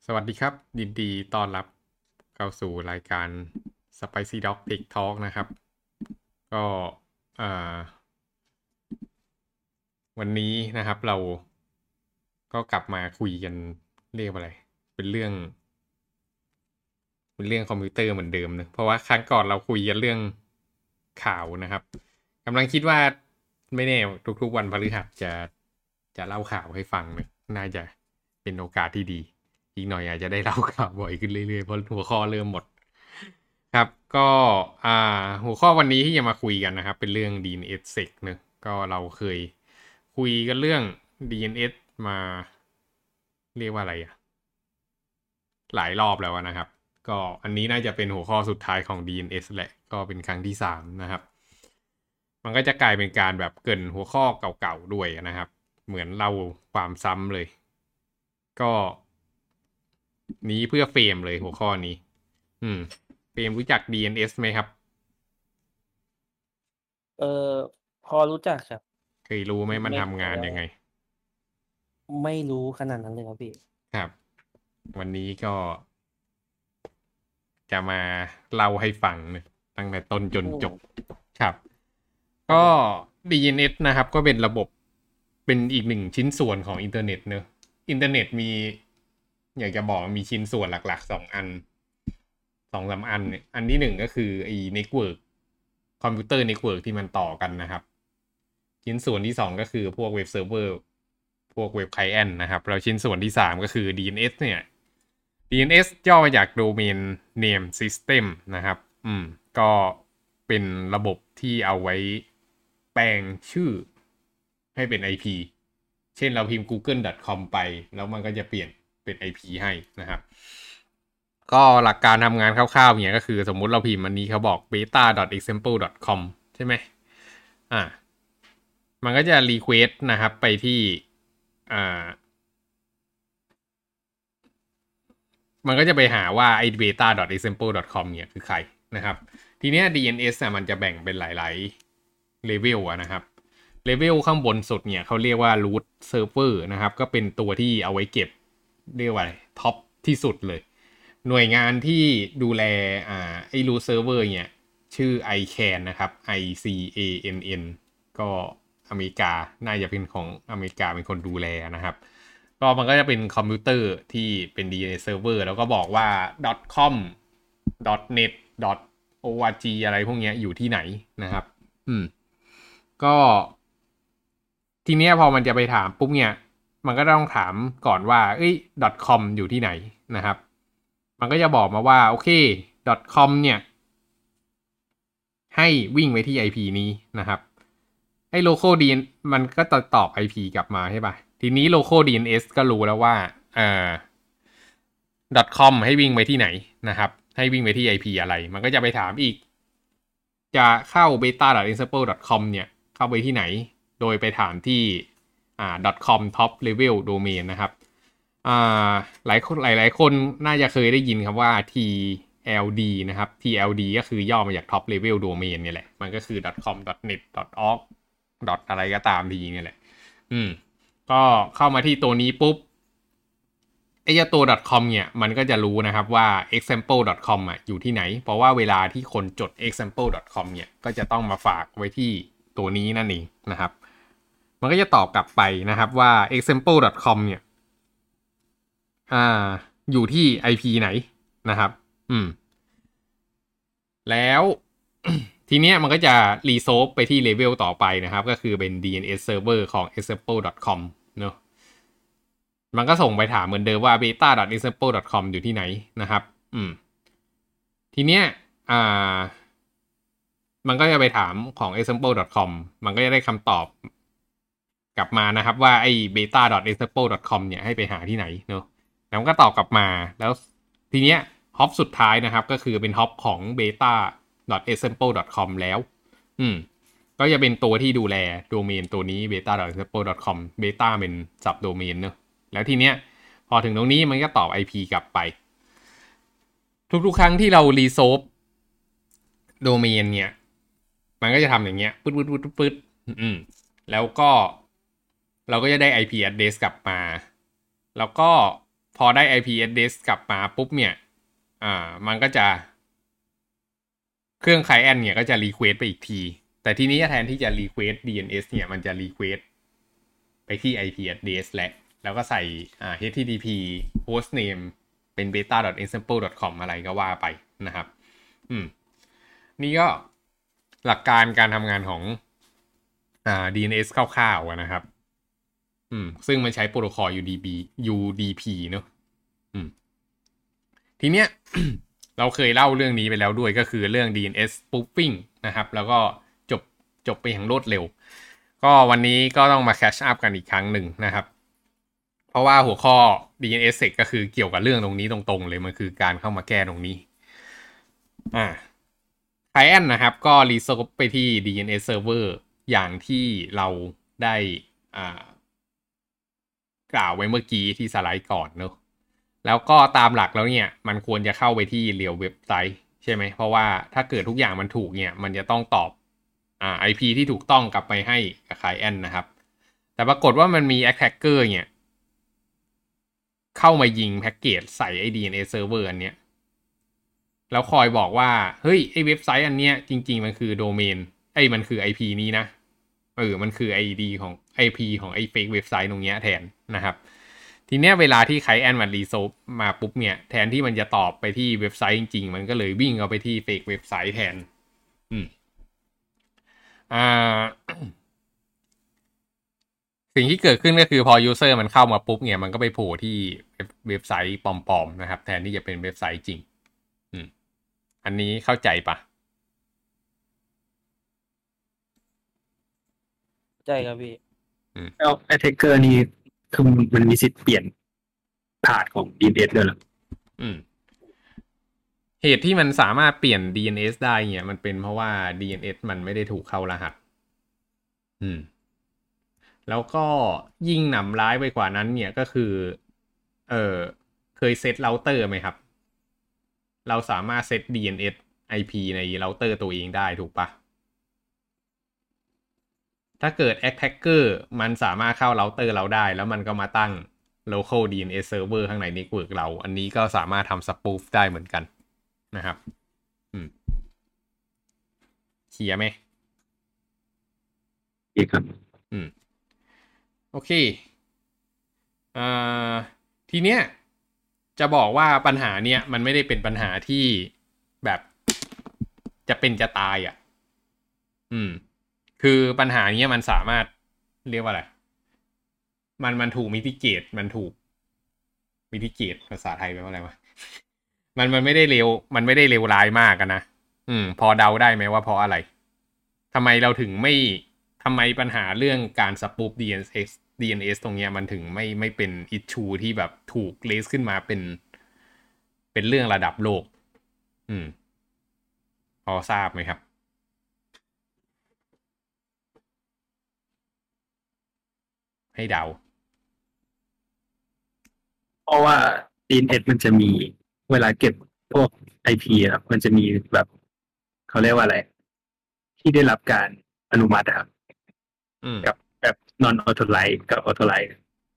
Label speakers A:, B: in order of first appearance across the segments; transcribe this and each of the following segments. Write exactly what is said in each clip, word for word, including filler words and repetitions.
A: สวัสดีครับยินดีต้อนรับเข้าสู่รายการ Spicy Dog Tech Talk นะครับก็อ่าวันนี้นะครับเราก็กลับมาคุยกันเรียกว่าอะไรเป็นเรื่องเป็นเรื่องคอมพิวเตอร์เหมือนเดิมนะเพราะว่าครั้งก่อนเราคุยกันเรื่องข่าวนะครับกำลังคิดว่าไม่แน่ทุกๆวันพฤหัสจะจะเล่าข่าวให้ฟังนะน่าจะเป็นโอกาสที่ดีอีกหน่อยอาจจะได้เล่าข่าวบ่อยขึ้นเรื่อยๆเพราะหัวข้อเริ่มหมด ครับก็อ่าหัวข้อวันนี้ที่จะมาคุยกันนะครับเป็นเรื่อง ดี เอ็น เอส Sec เนอะก็เราเคยคุยกันเรื่อง ดี เอ็น เอส มาเรียกว่าอะไรอะหลายรอบแล้วนะครับก็อันนี้น่าจะเป็นหัวข้อสุดท้ายของ ดี เอ็น เอส แหละก็เป็นครั้งที่สามนะครับมันก็จะกลายเป็นการแบบเกริ่นหัวข้อเก่าๆด้วยนะครับเหมือนเล่าความซ้ำเลยก็นี้เพื่อเฟรมเลยหัวข้อนี้อืมเฟรมรู้จัก ดี เอ็น เอส ไหมครับ
B: เออพอรู้จักครับ
A: เคยรู้ไหมมัน
B: ไม่
A: ทำ
B: แต่ว่า
A: งานยังไง
B: ไม่รู้ขนาดนั้นเลยครับพี่
A: ครับวันนี้ก็จะมาเล่าให้ฟังนะตั้งแต่ต้นจน
B: อื
A: จบ
B: ม
A: ครับก็
B: ครับผม
A: ดี เอ็น เอส นะครับก็เป็นระบบเป็นอีกหนึ่งชิ้นส่วนของอินเทอร์เน็ตเนอะอินเทอร์เน็ตมีอยากจะบอกมีชิ้นส่วนหลักๆสองอันสองสามอันเนี่ยอันที่หนึ่งก็คือไอ้เน็ตเวิร์กคอมพิวเตอร์เน็ตเวิร์กที่มันต่อกันนะครับชิ้นส่วนที่สองก็คือพวกเว็บเซิร์ฟเวอร์ พวกเว็บไคลเอนต์นะครับแล้วชิ้นส่วนที่สามก็คือ ดี เอ็น เอส เนี่ย ดี เอ็น เอส ย่อมาจาก Domain Name System นะครับอืมก็เป็นระบบที่เอาไว้แปลงชื่อให้เป็น ไอ พี เช่นเราพิมพ์ กูเกิล ดอท คอม ไปแล้วมันก็จะเปลี่ยนเป็น ไอ พี ให้นะครับก็หลักการทำงานคร่าวๆเนี่ยก็คือสมมุติเราพิมพ์อันนี้เขาบอก beta.example.com ใช่ไหมอ่ามันก็จะ request นะครับไปที่อ่า มันก็จะไปหาว่าไอ้ beta.example.com เนี่ยคือใครนะครับทีเนี้ย ดี เอ็น เอส อ่ะมันจะแบ่งเป็นหลายๆเลเวลอะนะครับเลเวลข้างบนสุดเนี่ยเขาเรียกว่า root server นะครับก็เป็นตัวที่เอาไว้เก็บเรียกว่าอะไรท็อปที่สุดเลยหน่วยงานที่ดูแลอ่าไอ้ root server เนี่ยชื่อ ไอ แคน นะครับ ไอ ซี เอ เอ็น เอ็น ก็อเมริกาน่าจะเป็นของอเมริกาเป็นคนดูแลนะครับก็มันก็จะเป็นคอมพิวเตอร์ที่เป็น ดี เอ็น เอสserver แล้วก็บอกว่า .com .net .org อะไรพวกนี้อยู่ที่ไหนนะครับอืมก็ทีเนี้ยพอมันจะไปถามปุ๊บเนี่ยมันก็ต้องถามก่อนว่าเอ้ย .com อยู่ที่ไหนนะครับมันก็จะบอกมาว่าโอเค .com เนี่ยให้วิ่งไปที่ ไอ พี นี้นะครับไอ้ local ดี มันก็ตตอบ ไอ พี กลับมาใช่ป่ะทีนี้ local ดี เอ็น เอส ก็รู้แล้วว่าอ่า .com ให้วิ่งไปที่ไหนนะครับให้วิ่งไปที่ ไอ พี อะไรมันก็จะไปถามอีกจะเข้า beta.example.com เนี่ยเข้าไปที่ไหนโดยไปถามที่อ่า .com top level domain นะครับอ่าหลายคนหลายหลายคนน่าจะเคยได้ยินคำว่า ที แอล ดี นะครับ ที แอล ดี ก็คือย่อมาจาก top level domain เนี่ยแหละมันก็คือ .com .net .org อะไรก็ตามทีเนี่ยแหละอืมก็เข้ามาที่ตัวนี้ปุ๊บ ไอ้เจ้าตัว .com เนี่ยมันก็จะรู้นะครับว่า example.com อ่ะอยู่ที่ไหนเพราะว่าเวลาที่คนจด example.com เนี่ยก็จะต้องมาฝากไว้ที่ตัวนี้นั่นเองนะครับมันก็จะตอบกลับไปนะครับว่า example.com เนี่ยอ่าอยู่ที่ ไอ พี ไหนนะครับอืมแล้ว ทีเนี้ยมันก็จะรีโซฟไปที่เลเวลต่อไปนะครับก็คือเป็น ดี เอ็น เอส server ของ example.com เนอะ มันก็ส่งไปถามเหมือนเดิมว่า beta.example.com อยู่ที่ไหนนะครับ อืม ทีเนี้ยอ่า มันก็จะไปถามของ example.com มันก็จะได้คำตอบกลับมานะครับว่าไอ้ beta.example.com เนี่ยให้ไปหาที่ไหนเนอะแล้วมันก็ตอบกลับมาแล้วทีเนี้ยฮอปสุดท้ายนะครับก็คือเป็นฮอปของ beta.example.com แล้ว อืม ก็จะเป็นตัวที่ดูแลโดเมนตัวนี้ beta.example.com beta เป็น sub domain เนอะแล้วทีเนี้ยพอถึงตรงนี้มันก็ตอบ ไอ พี กลับไป ทุกๆครั้งที่เรารีโซฟโดเมนเนี่ยมันก็จะทำอย่างเงี้ยปึ๊ดปึ๊ดปึ๊ดปึ๊ดอืมแล้วก็เราก็จะได้ ไอ พี address กลับมาแล้วก็พอได้ ไอ พี address กลับมาปุ๊บเนี่ยอ่ามันก็จะเครื่อง client เนี่ยก็จะ request ไปอีกทีแต่ทีนี้แทนที่จะ request ดี เอ็น เอส เนี่ยมันจะ request ไปที่ ไอ พี address แหละแล้วก็ใส่อ่า เอช ที ที พี hostname เป็น beta dot example dot com อะไรก็ว่าไปนะครับอืมนี่ก็หลักการการทำงานของอ่า ดี เอ็น เอส คร่าวๆนะครับอืมซึ่งมันใช้โปรโตคอล ยู ดี พี ยู ดี พี เนอะอืมทีเนี้ย เราเคยเล่าเรื่องนี้ไปแล้วด้วยก็คือเรื่อง ดี เอ็น เอส spoofing นะครับแล้วก็จบจบไปอย่างรวดเร็วก็วันนี้ก็ต้องมาแคชอัพกันอีกครั้งหนึ่งนะครับเพราะว่าหัวข้อ ดี เอ็น เอส Sec ก็คือเกี่ยวกับเรื่องตรงนี้ตรงๆเลยมันคือการเข้ามาแก้ตรงนี้อ่า client นะครับก็ resolve ไปที่ ดี เอ็น เอส server อย่างที่เราได้อ่ากล่าวไว้เมื่อกี้ที่สไลด์ก่อนเนอะแล้วก็ตามหลักแล้วเนี่ยมันควรจะเข้าไปที่เรียลเว็บไซต์ใช่ไหมเพราะว่าถ้าเกิดทุกอย่างมันถูกเนี่ยมันจะต้องตอบอ่า ไอ พี ที่ถูกต้องกลับไปให้กับ client นะครับแต่ปรากฏว่ามันมี attacker เนี่ยเข้ามายิงแพ็กเกจใส่ไอ้ ดี เอ็น เอส server อันเนี้ยแล้วคอยบอกว่าเฮ้ยไอ้เว็บไซต์อันเนี้ยจริงๆมันคือโดเมนไอ้มันคือ ไอ พี นี้นะเออมันคือ ไอ ดี ของ ไอ พี ของไอ้ fake เว็บไซต์ตรงเนี้ยแทนนะครับทีเนี้ยเวลาที่ไคลแอนมันรีโซฟมาปุ๊บเนี่ยแทนที่มันจะตอบไปที่เว็บไซต์จริงๆมันก็เลยวิ่งเอาไปที่ fake เว็บไซต์แทนอืมอ่า สิ่งที่เกิดขึ้นก็คือพอ user มันเข้ามาปุ๊บเนี่ยมันก็ไปโผล่ที่เว็บไซต์ปลอมๆนะครับแทนที่จะเป็นเว็บไซต์จริงอืมอันนี้เข้าใจปะ
B: ใช่ครับพี่
C: แล้ว attacker นี่คือมันมีสิทธิ์เปลี่ยนพาธของ ดี เอ็น เอส ด้วยเหรอ
A: อืมเหตุที่มันสามารถเปลี่ยน ดี เอ็น เอส ได้เนี่ยมันเป็นเพราะว่า ดี เอ็น เอส มันไม่ได้ถูกเข้ารหัสอืมแล้วก็ยิ่งหนำร้ายไปกว่านั้นเนี่ยก็คือเออเคยเซตเราเตอร์ไหมครับเราสามารถเซต ดี เอ็น เอส ไอ พี ในเราเตอร์ตัวเองได้ถูกปะถ้าเกิด attacker มันสามารถเข้าเราเตอร์เราได้แล้วมันก็มาตั้ง local ดี เอ็น เอส server ข้างใน network เราอันนี้ก็สามารถทำ spoof ได้เหมือนกันนะครับอืมเคลียร์ไหม
C: อีกครับ
A: อืมโอเคอ่าทีเนี้ยจะบอกว่าปัญหาเนี้ยมันไม่ได้เป็นปัญหาที่แบบจะเป็นจะตายอ่ะอืมคือปัญหาเนี้ยมันสามารถเรียกว่าอะไรมันมันถูกมิติเกตมันถูกมิติเกตภาษาไทยแปลว่าอะไรวะมันมันไม่ได้เลวมันไม่ได้เลวร้ายมากกันนะอืมพอเดาได้ไหมว่าเพราะอะไรทำไมเราถึงไม่ทำไมปัญหาเรื่องการสปูฟ ดี เอ็น เอส ดี เอ็น เอส ตรงเนี้ยมันถึงไม่ไม่เป็นอิชชูที่แบบถูกเลสขึ้นมาเป็นเป็นเรื่องระดับโลกอืมพอทราบไหมครับให้เดา
C: เพราะว่า ดี เอ็น เอส มันจะมีเวลาเก็บพวก ไอ พี ครับมันจะมีแบบเขาเรียกว่าอะไรที่ได้รับการอนุมัติครับกับแบบ non authorize กับ authorize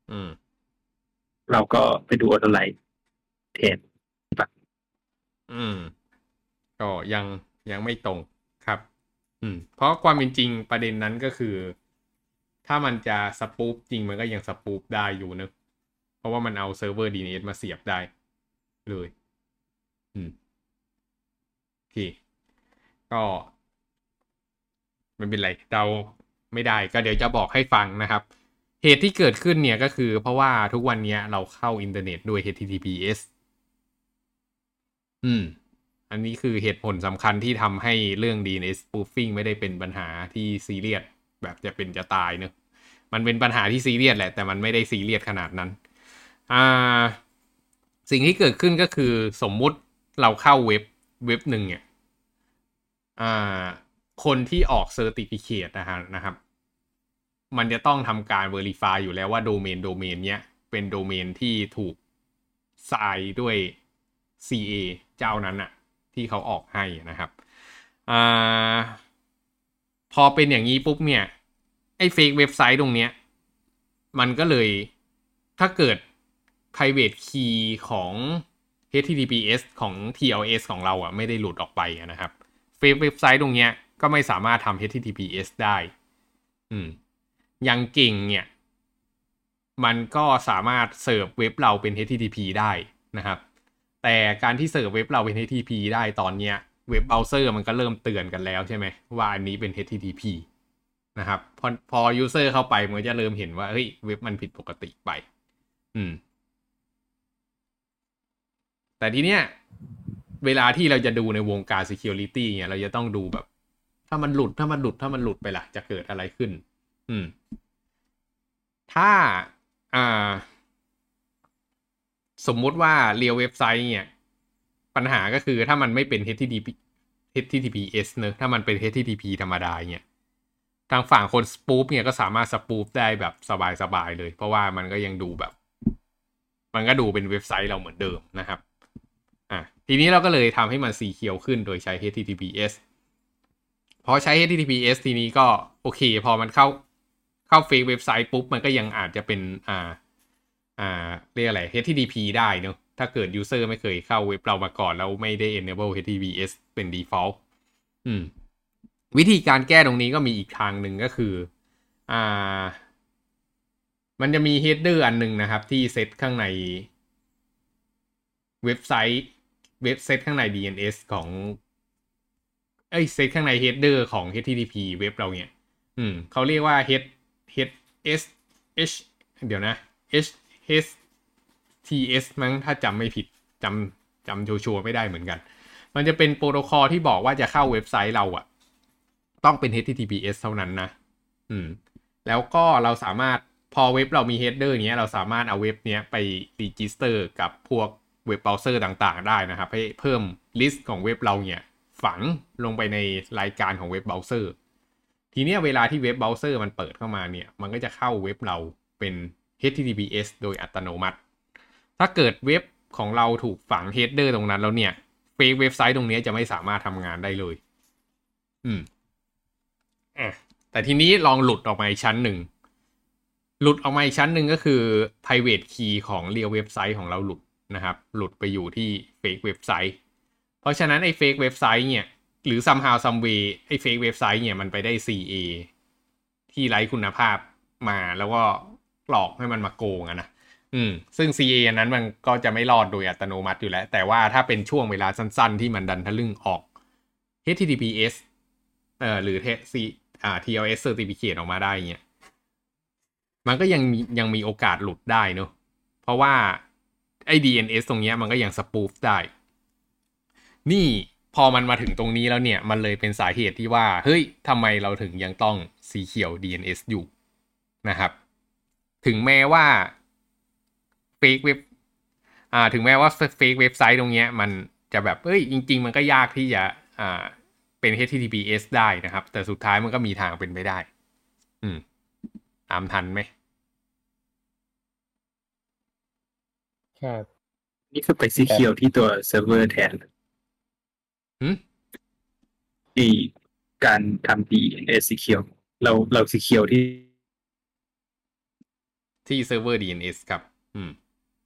C: เราก็ไปดู authorize แทน
A: อืมก็ยังยังไม่ตรงครับอืมเพราะความเป็นจริงประเด็นนั้นก็คือถ้ามันจะสปูฟจริงมันก็ยังสปูฟได้อยู่เนอะเพราะว่ามันเอาเซิร์ฟเวอร์ ดี เอ็น เอส มาเสียบได้เลยอืมโอเคก็ไม่เป็นไรเราไม่ได้ก็เดี๋ยวจะบอกให้ฟังนะครับเหตุที่เกิดขึ้นเนี่ยก็คือเพราะว่าทุกวันนี้เราเข้าอินเทอร์เน็ตด้วย เอช ที ที พี เอส อืมอันนี้คือเหตุผลสำคัญที่ทำให้เรื่อง ดี เอ็น เอส spoofing ไม่ได้เป็นปัญหาที่ซีเรียสแบบจะเป็นจะตายเนอะมันเป็นปัญหาที่ซีเรียสแหละแต่มันไม่ได้ซีเรียสขนาดนั้นอ่าสิ่งที่เกิดขึ้นก็คือสมมุติเราเข้าเว็บเว็บหนึ่งเนี่ยอ่าคนที่ออกเซอร์ติฟิเคตนะฮะนะครับมันจะต้องทำการ Verify อยู่แล้วว่าโดเมนโดเมนเนี้ยเป็นโดเมนที่ถูกทรายด้วย ซี เอ เจ้านั้นอะที่เขาออกให้นะครับอ่าพอเป็นอย่างนี้ปุ๊บเนี่ยไอ้เฟกเว็บไซต์ตรงเนี้ยมันก็เลยถ้าเกิด private key ของ เอช ที ที พี เอส ของ ที แอล เอส ของเราอ่ะไม่ได้หลุดออกไปนะครับเว็บไซต์ตรงเนี้ยก็ไม่สามารถทำ เอช ที ที พี เอส ได้อืมยังเก่งเนี่ยมันก็สามารถเสิร์ฟเว็บเราเป็น เอช ที ที พี ได้นะครับแต่การที่เสิร์ฟเว็บเราเป็น เอช ที ที พี ได้ตอนเนี้ยเว็บเบราว์เซอร์มันก็เริ่มเตือนกันแล้วใช่ไหมว่าอันนี้เป็น เอช ที ที พี นะครับพอพอ user เข้าไปมันจะเริ่มเห็นว่าเฮ้ยเว็บมันผิดปกติไปอืมแต่ทีเนี้ยเวลาที่เราจะดูในวงการ security เนี่ยเราจะต้องดูแบบถ้ามันหลุดถ้ามันหลุดถ้ามันหลุดไปล่ะจะเกิดอะไรขึ้นอืมถ้าอ่าสมมุติว่าเรียลเว็บไซต์เนี่ยปัญหาก็คือถ้ามันไม่เป็น เอช ที ที พี เอช ที ที พี เอส เนอะถ้ามันเป็น เอช ที ที พี ธรรมดาเนี่ยทางฝั่งคนสปูฟเนี่ยก็สามารถสปูฟได้แบบสบายๆเลยเพราะว่ามันก็ยังดูแบบมันก็ดูเป็นเว็บไซต์เราเหมือนเดิมนะครับอ่ะทีนี้เราก็เลยทำให้มัน secure ขึ้นโดยใช้ เอช ที ที พี เอส พอใช้ เอช ที ที พี เอส ทีนี้ก็โอเคพอมันเข้าเข้าเฟซเว็บไซต์ปุ๊บมันก็ยังอาจจะเป็นอ่าอ่าเรียกอะไร เอช ที ที พี ได้เนอะถ้าเกิด user ไม่เคยเข้าเว็บเรามาก่อนแล้วไม่ได้ enable เอช ที ที พี เอส เป็น default อืมวิธีการแก้ตรงนี้ก็มีอีกทางหนึ่งก็คืออ่ามันจะมี header อันนึงนะครับที่เซตข้างในเว็บไซต์เว็บเซตข้างใน ดี เอ็น เอส ของเอ้ยเซตข้างใน header ของ เอช ที ที พี เว็บเราเนี่ยอืมเขาเรียกว่า h h s h เดี๋ยวนะ h h t s มั้งถ้าจำไม่ผิดจำจำชัวร์ๆไม่ได้เหมือนกันมันจะเป็นโปรโตคอลที่บอกว่าจะเข้าเว็บไซต์เราอะต้องเป็น เอช ที ที พี เอส เท่านั้นนะอืมแล้วก็เราสามารถพอเว็บเรามี header เนี้ยเราสามารถเอาเว็บเนี้ยไป register กับพวกเว็บเบราว์เซอร์ต่างๆได้นะครับให้เพิ่ม list ของเว็บเราเนี่ยฝังลงไปในรายการของเว็บเบราว์เซอร์ทีเนี้ยเวลาที่เว็บเบราว์เซอร์มันเปิดเข้ามาเนี่ยมันก็จะเข้าเว็บเราเป็น เอช ที ที พี เอส โดยอัตโนมัติถ้าเกิดเว็บของเราถูกฝัง header ตรงนั้นแล้วเนี่ยเฟซเว็บไซต์ตรงนี้จะไม่สามารถทำงานได้เลยอืมอ่ะแต่ทีนี้ลองหลุดออกมาอีกชั้นหนึ่งหลุดออกมาอีกชั้นหนึ่งก็คือ private key ของ real เว็บไซต์ของเราหลุดนะครับหลุดไปอยู่ที่ fake เว็บไซต์เพราะฉะนั้นไอ้ fake เว็บไซต์เนี่ยหรือ somehow some way ไอ้ fake เว็บไซต์เนี่ยมันไปได้ ซี เอ ที่ไร้คุณภาพมาแล้วก็หลอกให้มันมาโกงอะนะอืมซึ่ง ซี เอ อันนั้นมันก็จะไม่รอดโดยอัตโนมัติอยู่แล้วแต่ว่าถ้าเป็นช่วงเวลาสั้นๆที่มันดันทะลึ่งออก เอช ที ที พี เอส เอ่อหรือ C อ่า ที แอล เอส certificate ออกมาได้เงี้ยมันก็ยังมียังมีโอกาสหลุดได้เนอะเพราะว่าไอ้ ดี เอ็น เอส ตรงเนี้ยมันก็ยังสปูฟได้นี่พอมันมาถึงตรงนี้แล้วเนี่ยมันเลยเป็นสาเหตุที่ว่าเฮ้ยทำไมเราถึงยังต้องสีเขียว ดี เอ็น เอส อยู่นะครับถึงแม้ว่าเฟกเว็บอ่าถึงแม้ว่าเฟกเว็บไซต์ตรงเนี้ยมันจะแบบเอ้ยจริงๆมันก็ยากที่จะอ่าเป็น เอช ที ที พี เอส ได้นะครับแต่สุดท้ายมันก็มีทางเป็นไปได้อืมตามทันไหม
D: ครับ
C: นี่คือไปซีเคียวที่ตัวเซิร์ฟเวอร์แทน
A: หืม
C: ที่การทำ ดี เอ็น เอส secure เราเรา secure ที่
A: ที่เซิร์ฟเวอร์ ดี เอ็น เอส ครับอืม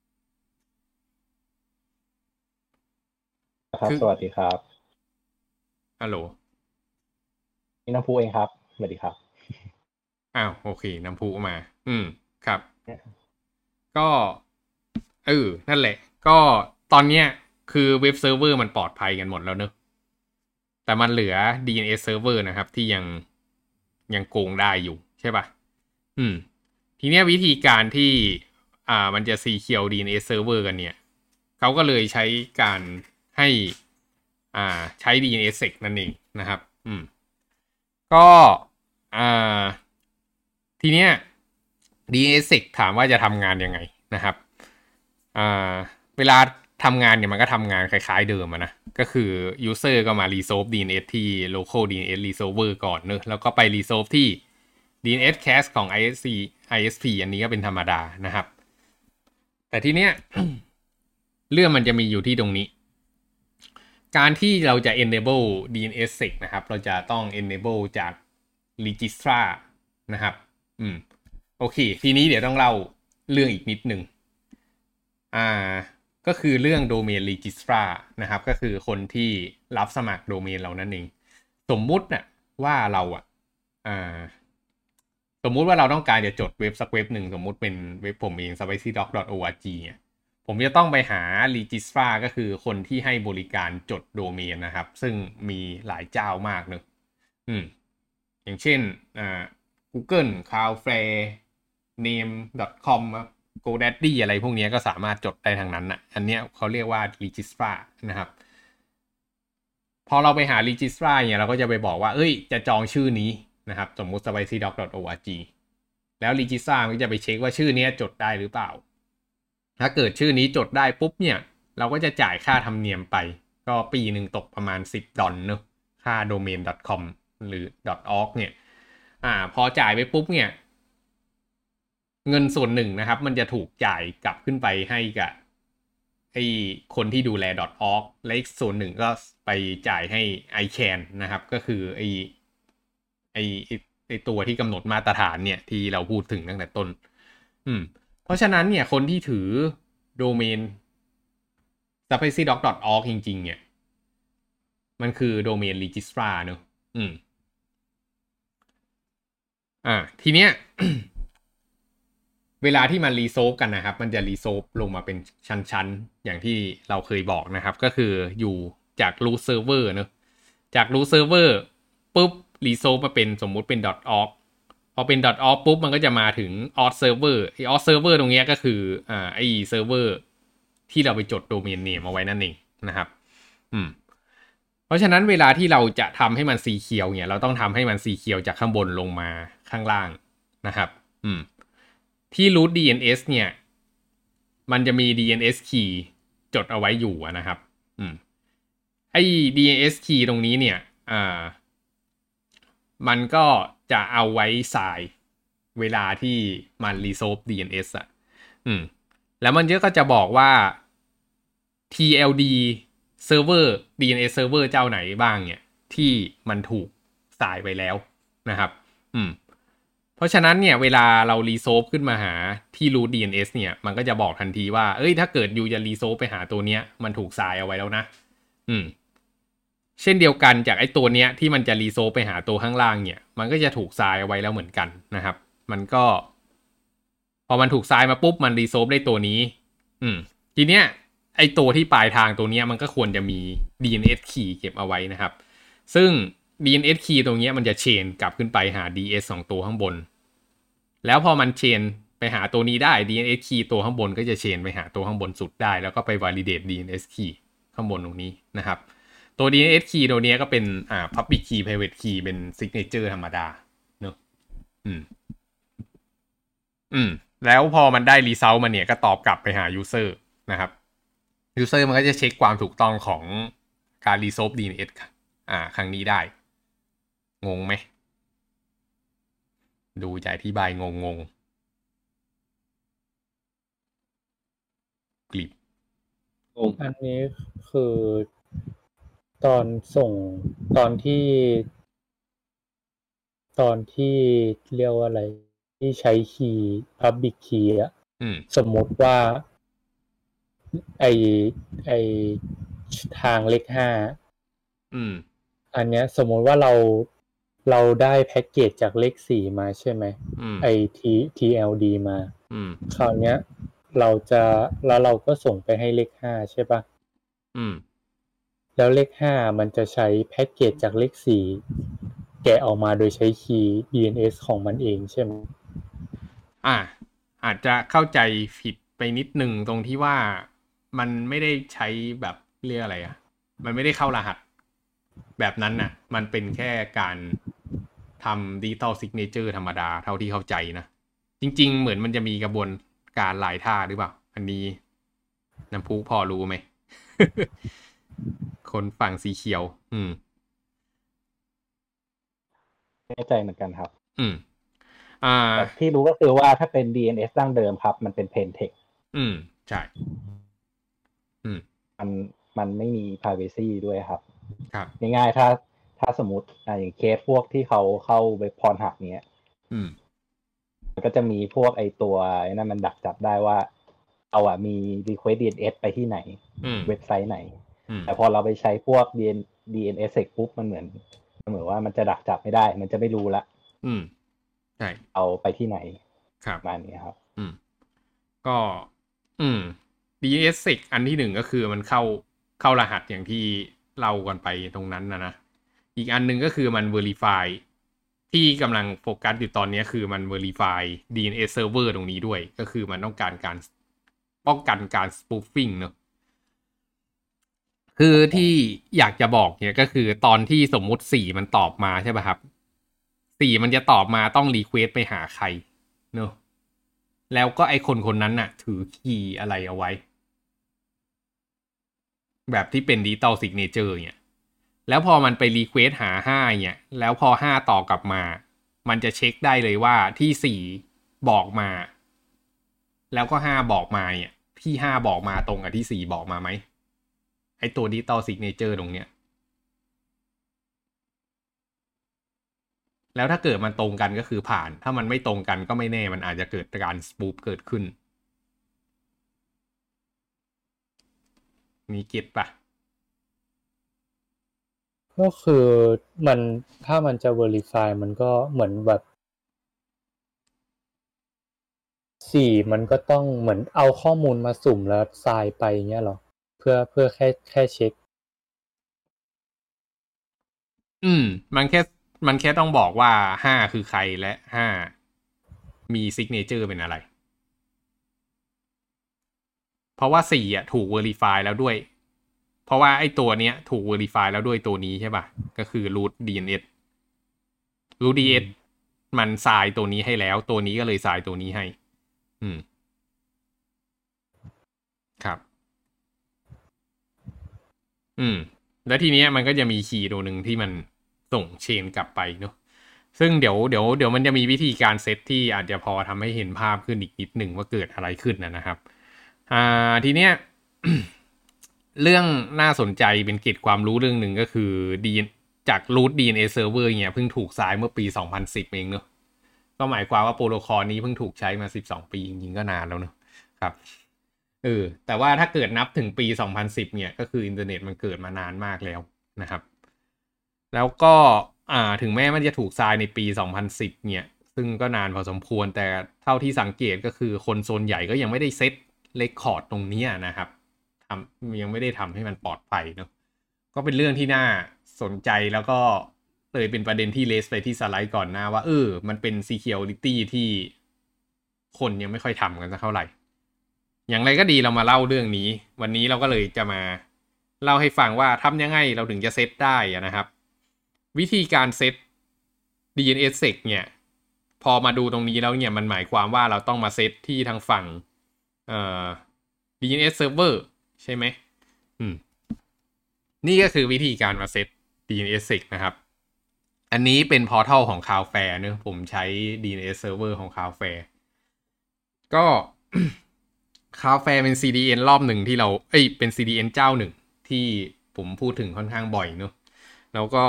D: ครับสวัสดีครับ
A: ฮัลโหล
D: นี่น้ำพุเองครับสวัสดีครับ
A: อ้าวโอเคน้ำพุมาอืมครับก็เออนั่นแหละก็ตอนเนี้ยคือเว็บเซิร์ฟเวอร์มันปลอดภัยกันหมดแล้วเนอะแต่มันเหลือ ดี เอ็น เอส server นะครับที่ยังยังโกงได้อยู่ใช่ป่ะอืมทีเนี้ยวิธีการที่อ่ามันจะ secure ดี เอ็น เอส server กันเนี่ยเขาก็เลยใช้การให้อ่าใช้ ดี เอ็น เอส sec นั่นเองนะครับอืมก็อ่าทีเนี้ย ดี เอ็น เอส sec ถามว่าจะทำงานยังไงนะครับอ่าเวลาทำงานเนี่ยมันก็ทำงานคล้ายๆเดิมนะก็คือ user ก็มา resolve ดี เอ็น เอส ที่ local ดี เอ็น เอส resolver ก่อนเนอะแล้วก็ไป resolve ที่ ดี เอ็น เอส cache ของ ไอ เอส ซี ไอ เอส พี อันนี้ก็เป็นธรรมดานะครับแต่ทีเนี้ย เรื่องมันจะมีอยู่ที่ตรงนี้การที่เราจะ enable ดี เอ็น เอส sec นะครับเราจะต้อง enable จาก registrar นะครับอืมโอเคทีนี้เดี๋ยวต้องเล่าเรื่องอีกนิดหนึ่งอ่าก็คือเรื่อง Domain Registrar นะครับก็คือคนที่รับสมัครโดเมนเรานั่นเองสมมุติน่ะว่าเราอ่ะอ่าสมมุติว่าเราต้องการจะจดเว็บสักเว็บหนึ่งสมมุติเป็นเว็บผมเอง spicy doc dot org เนี่ยผมจะต้องไปหา Registrar ก็คือคนที่ให้บริการจดโดเมนนะครับซึ่งมีหลายเจ้ามากเนอะอืมอย่างเช่นอ่า Google Cloudflare name dot com ครับ GoDaddy อะไรพวกนี้ก็สามารถจดได้ทางนั้นนะอันเนี้ยเขาเรียกว่า Registrar นะครับพอเราไปหา Registrar เนี่ยเราก็จะไปบอกว่าเอ้ยจะจองชื่อนี้นะครับสมมุติ spicy doc dot org แล้ว Registrar มันจะไปเช็คว่าชื่อนี้จดได้หรือเปล่าถ้าเกิดชื่อนี้จดได้ปุ๊บเนี่ยเราก็จะจ่ายค่าธรรมเนียมไปก็ปีหนึ่งตกประมาณสิบดอลเนอะค่า domain dot com หรือ .org เนี่ยอ่าพอจ่ายไปปุ๊บเนี่ยเงินส่วนหนึ่งนะครับมันจะถูกจ่ายกลับขึ้นไปให้กับไอ้คนที่ดูแล .org และอีกส่วนหนึ่งก็ไปจ่ายให้ ไอ แคน นะครับก็คือไอ้ไอ้ไอ้ตัวที่กำหนดมาตรฐานเนี่ยที่เราพูดถึงตั้งแต่ต้นอืมเพราะฉะนั้นเนี่ยคนที่ถือโดเมน spicy doc dot org จริงๆเนี่ยมันคือโดเมน registrar เนอะอืมอ่าทีเนี้ย เวลาที่มันรีโซฟกันนะครับมันจะรีโซฟลงมาเป็นชั้นๆอย่างที่เราเคยบอกนะครับก็คืออยู่จาก root server เนอะจาก root server ปุ๊บรีโซฟมาเป็นสมมุติเป็น .org พอเป็น .org ปุ๊บมันก็จะมาถึง auth server ไอ้ auth server ตรงเนี้ยก็คืออ่าไอ้เซิร์ฟเวอร์ที่เราไปจดโดเมนเนมเอาไว้นั่นเองนะครับอืมเพราะฉะนั้นเวลาที่เราจะทำให้มันสีเขียวเนี่ยเราต้องทำให้มันสีเขียวจากข้างบนลงมาข้างล่างนะครับอืมที่ root ดี เอ็น เอส เนี่ยมันจะมี ดี เอ็น เอส key จดเอาไว้อยู่นะครับอืมไอ้ ดี เอ็น เอส key ตรงนี้เนี่ยอ่ามันก็จะเอาไว้ใส่เวลาที่มัน resolve ดี เอ็น เอส อ่ะอืมแล้วมันก็จะบอกว่า ที แอล ดี server ดี เอ็น เอส server เจ้าไหนบ้างเนี่ยที่มันถูกสายไปแล้วนะครับอืมเพราะฉะนั้นเนี่ยเวลาเรารีโซฟขึ้นมาหาที่ root ดี เอ็น เอส เนี่ยมันก็จะบอกทันทีว่าเอ้ยถ้าเกิดยูจะรีโซฟไปหาตัวเนี้ยมันถูกสายเอาไว้แล้วนะอืมเช่นเดียวกันจากไอ้ตัวเนี้ยที่มันจะรีโซฟไปหาตัวข้างล่างเนี่ยมันก็จะถูกสายเอาไว้แล้วเหมือนกันนะครับมันก็พอมันถูกสายมาปุ๊บมันรีโซฟได้ตัวนี้อืมทีเนี้ยไอตัวที่ปลายทางตัวนี้มันก็ควรจะมี ดี เอ็น เอส key เก็บเอาไว้นะครับซึ่ง ดี เอ็น เอส key ตรงนี้มันจะเชนกลับขึ้นไปหา ดี เอส สองตัวข้างบนแล้วพอมันเชนไปหาตัวนี้ได้ ดี เอ็น เอส key ตัวข้างบนก็จะเชนไปหาตัวข้างบนสุดได้แล้วก็ไป validate ดี เอ็น เอส key ข้างบนตรงนี้นะครับตัว ดี เอ็น เอส key ตัวนี้ก็เป็นอ่า public key private key เป็น signature ธรรมดาเนอะอืมอืมแล้วพอมันได้ result มาเนี่ยก็ตอบกลับไปหา user นะครับ user มันก็จะเช็คความถูกต้องของการ resolve ดี เอ็น เอส อ่าครั้งนี้ได้งงไหมดูจะอธิบายงงงกลิบ
D: อันนี้คือตอนส่งตอนที่ตอนที่เรียกว่าอะไรที่ใช้คีย์ public key อะสมมติว่าไอไอทางเลขห้า
A: อืม
D: อันเนี้ยสมมติว่าเราเราได้แพ็กเกจจากเลขสี่มาใช่ไหมไอ T ที แอล ดี มาคราวเนี้ยเราจะแล้วเราก็ส่งไปให้เลขห้าใช่ปะ
A: อืม
D: แล้วเลขห้ามันจะใช้แพ็กเกจจากเลขสี่แกะออกมาโดยใช้คีย์ ดี เอ็น เอส ของมันเองใช่ไหม
A: อ่าอาจจะเข้าใจผิดไปนิดนึงตรงที่ว่ามันไม่ได้ใช้แบบเรียกอะไรอ่ะมันไม่ได้เข้ารหัสแบบนั้นน่ะมันเป็นแค่การทำ Digital Signature ธรรมดาเท่าที่เข้าใจนะจริงๆเหมือนมันจะมีกระบวนการหลายท่าหรือเปล่าอันนี้น้ำพุพอรู้ไหม คนฝั่งสีเขียวอืม
D: แน่ใจเหมือนกันครับ
A: อืมอ่า
D: แต่ที่รู้ก็คือว่าถ้าเป็น ดี เอ็น เอส ดั้งเดิมครับมันเป็น plain text
A: อืมใช่อืม
D: มันมันไม่มี privacy ด้วยครับ
A: ครับ
D: ง่ายๆถ้าถ้าสมมติอ่าอย่างเคสพวกที่เขาเข้าเว็บพรหับเนี้ย
A: อืม
D: มันก็จะมีพวกไอตัวไอ้นั่นมันดักจับได้ว่า
E: เราอ่ะมี request ดี เอ็น เอส ไปที่ไหนเว็บไซต์ไหนแต่พอเราไปใช้พวก ดี เอ็น เอส ปุ๊บมันเหมือนมันเหมือนว่ามันจะดักจับไม่ได้มันจะไม่รู้ละ
A: อืมใช่
E: เอาไปที่ไหน
A: ครับ
E: ประมาณนี้ครับ
A: อืมก็อืม ดี เอ็น เอส อันที่หนึ่งก็คือมันเข้าเข้ารหัสอย่างที่เล่ากันไปตรงนั้นนะนะอีกอันนึงก็คือมัน verify ที่กำลังโฟกัสอยู่ตอนนี้คือมัน verify ดี เอ็น เอส server ตรงนี้ด้วยก็คือมันต้องการการป้องกันการ spoofing เนอะคือที่อยากจะบอกเนี่ยก็คือตอนที่สมมุติสี่มันตอบมาใช่ป่ะครับสี่มันจะตอบมาต้องรีเควสไปหาใครเนอะแล้วก็ไอคนคนนั้นน่ะถือคีย์อะไรเอาไว้แบบที่เป็น Digital Signature เนี่ยแล้วพอมันไปรีเควสหาห้าเนี่ยแล้วพอห้าต่อกลับมามันจะเช็คได้เลยว่าที่สี่บอกมาแล้วก็ห้าบอกมาเนี่ยที่ห้าบอกมาตรงกับที่สี่บอกมาไหมไอตัว Digital Signature ตรงเนี้ยแล้วถ้าเกิดมันตรงกันก็คือผ่านถ้ามันไม่ตรงกันก็ไม่แน่มันอาจจะเกิดการสปูฟเกิดขึ้นมีเก็ตปะ
D: ก็คือมันถ้ามันจะ verify มันก็เหมือนแบบสี่มันก็ต้องเหมือนเอาข้อมูลมาสุ่มแล้วทรายไปเงี้ยหรอเพื่อเพื่อแค่แค่เช็ค
A: อืมมันแค่มันแค่ต้องบอกว่าห้าคือใครและห้ามีซิกเนเจอร์เป็นอะไรเพราะว่าสี่อ่ะถูก verify แล้วด้วยเพราะว่าไอ้ตัวเนี้ยถูก verify แล้วด้วยตัวนี้ใช่ป่ะก็คือ root ดี เอ็น เอส root ดี เอ็น เอส มันทรายตัวนี้ให้แล้วตัวนี้ก็เลยทรายตัวนี้ให้อืมครับอืมแล้วทีนี้มันก็จะมีคีย์ตัวหนึ่งที่มันส่งเชนกลับไปเนาะซึ่งเดี๋ยวเดี๋ยวเดี๋ยวมันจะมีวิธีการเซตที่อาจจะพอทำให้เห็นภาพขึ้นอีกนิดหนึ่งว่าเกิดอะไรขึ้นนะนะครับอ่าทีเนี้ย เรื่องน่าสนใจเป็นเกร็ดความรู้เรื่องหนึ่งก็คือดีจาก root ดี เอ็น เอ server เนี่ยเพิ่งถูกซ้ายเมื่อปีสองพันสิบเองเนอะก็หมายความว่าโปรโตคอลนี้เพิ่งถูกใช้มาสิบสองปีจริงๆก็นานแล้วเนอะครับเออแต่ว่าถ้าเกิดนับถึงปีสองพันสิบเนี่ยก็คืออินเทอร์เน็ตมันเกิดมานานมากแล้วนะครับแล้วก็อ่าถึงแม้มันจะถูกทรายในปีสองพันสิบเนี่ยซึ่งก็นานพอสมควรแต่เท่าที่สังเกตก็คือคนโซนใหญ่ก็ยังไม่ได้เซตเรคคอร์ดตรงนี้นะครับทำยังไม่ได้ทำให้มันปลอดภัยเนาะก็เป็นเรื่องที่น่าสนใจแล้วก็เลยเป็นประเด็นที่เลสไปที่สไลด์ก่อนหน้าว่าเออมันเป็น security ที่คนยังไม่ค่อยทำกันสักเท่าไหร่อย่างไรก็ดีเรามาเล่าเรื่องนี้วันนี้เราก็เลยจะมาเล่าให้ฟังว่าทำยังไงเราถึงจะเซตได้นะครับวิธีการเซต ดี เอ็น เอส เนี่ยพอมาดูตรงนี้แล้วเนี่ยมันหมายความว่าเราต้องมาเซตที่ทางฝั่งเอ่อ ดี เอ็น เอส server ใช่ไหมอืมนี่ก็คือวิธีการมาเซต ดี เอ็น เอส นะครับอันนี้เป็น portal ของ Cloudflare เนอะผมใช้ ดี เอ็น เอส server ของ Cloudflare ก็ Cloudflare เป็น ซี ดี เอ็น รอบหนึ่งที่เราเอ้ยเป็น ซี ดี เอ็น เจ้าหนึ่งที่ผมพูดถึงค่อนข้างบ่อยเนอะแล้วก็